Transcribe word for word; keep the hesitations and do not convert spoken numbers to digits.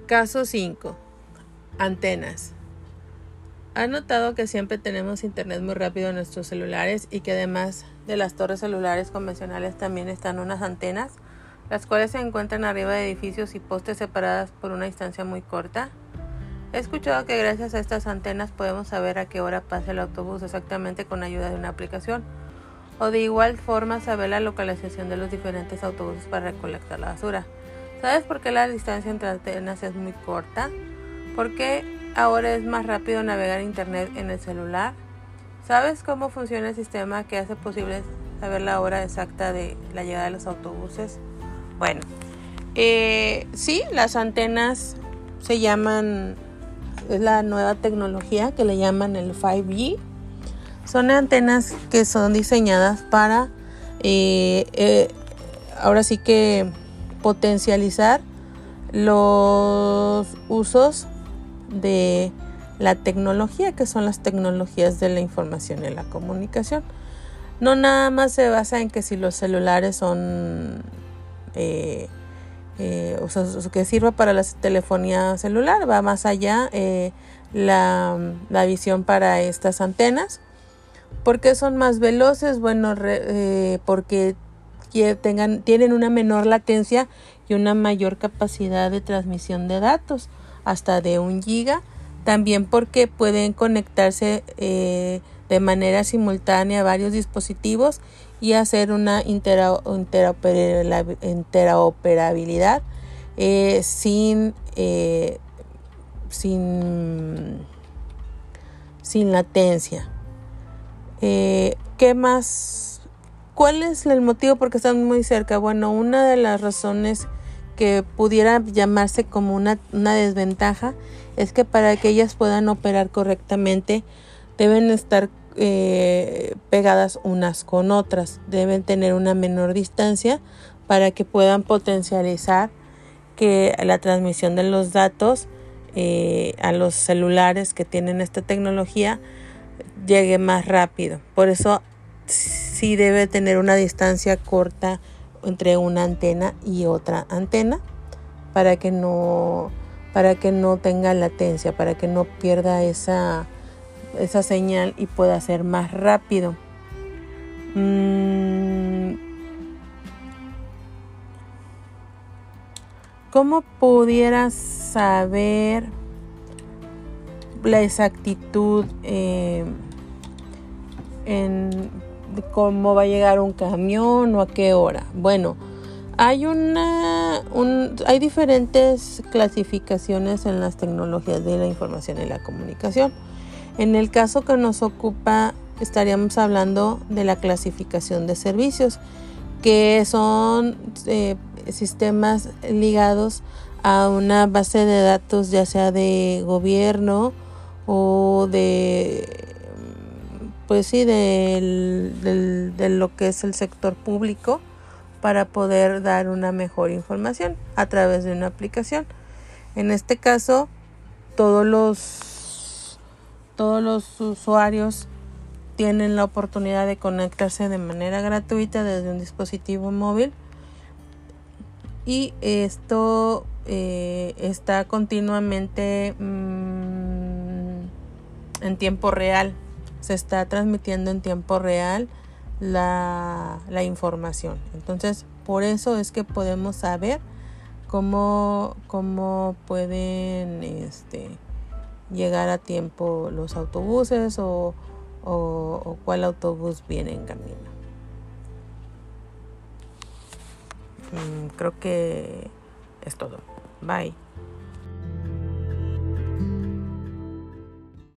Caso cinco. Antenas. ¿Has notado que siempre tenemos internet muy rápido en nuestros celulares y que además de las torres celulares convencionales también están unas antenas, las cuales se encuentran arriba de edificios y postes separadas por una distancia muy corta? He escuchado que gracias a estas antenas podemos saber a qué hora pasa el autobús exactamente con ayuda de una aplicación, o de igual forma saber la localización de los diferentes autobuses para recolectar la basura. ¿Sabes por qué la distancia entre antenas es muy corta? ¿Por qué ahora es más rápido navegar internet en el celular? ¿Sabes cómo funciona el sistema que hace posible saber la hora exacta de la llegada de los autobuses? Bueno, eh, sí, las antenas se llaman, es la nueva tecnología que le llaman el cinco G. Son antenas que son diseñadas para, eh, eh, ahora sí que potencializar los usos de la tecnología, que son las tecnologías de la información y la comunicación. No nada más se basa en que si los celulares son eh, eh, o sea, que sirva para la telefonía celular, va más allá eh, la, la visión para estas antenas. ¿Por qué son más veloces? Bueno, re, eh, porque tengan, tienen una menor latencia y una mayor capacidad de transmisión de datos, hasta de un giga. También porque pueden conectarse eh, de manera simultánea a varios dispositivos y hacer una intera, interoperabilidad eh, sin, eh, sin, sin latencia. Eh, ¿Qué más? ¿Cuál es el motivo? Porque están muy cerca. Bueno, una de las razones que pudiera llamarse como una, una desventaja es que para que ellas puedan operar correctamente deben estar eh, pegadas unas con otras, deben tener una menor distancia para que puedan potencializar que la transmisión de los datos eh, a los celulares que tienen esta tecnología llegue más rápido. Por eso sí debe tener una distancia corta entre una antena y otra antena para que no para que no tenga latencia, para que no pierda esa esa señal y pueda ser más rápido. Mm. ¿Cómo pudieras saber la exactitud eh, en cómo va a llegar un camión o a qué hora? Bueno, hay una un, hay diferentes clasificaciones en las tecnologías de la información y la comunicación. En el caso que nos ocupa, estaríamos hablando de la clasificación de servicios, que son eh, sistemas ligados a una base de datos, ya sea de gobierno o de pues sí, de, de, de lo que es el sector público, para poder dar una mejor información a través de una aplicación. En este caso, todos los, todos los usuarios tienen la oportunidad de conectarse de manera gratuita desde un dispositivo móvil, y esto eh, está continuamente mmm, en tiempo real. Se está transmitiendo en tiempo real la, la información. Entonces, por eso es que podemos saber cómo, cómo pueden este, llegar a tiempo los autobuses o, o, o cuál autobús viene en camino. Mm, creo que es todo. Bye.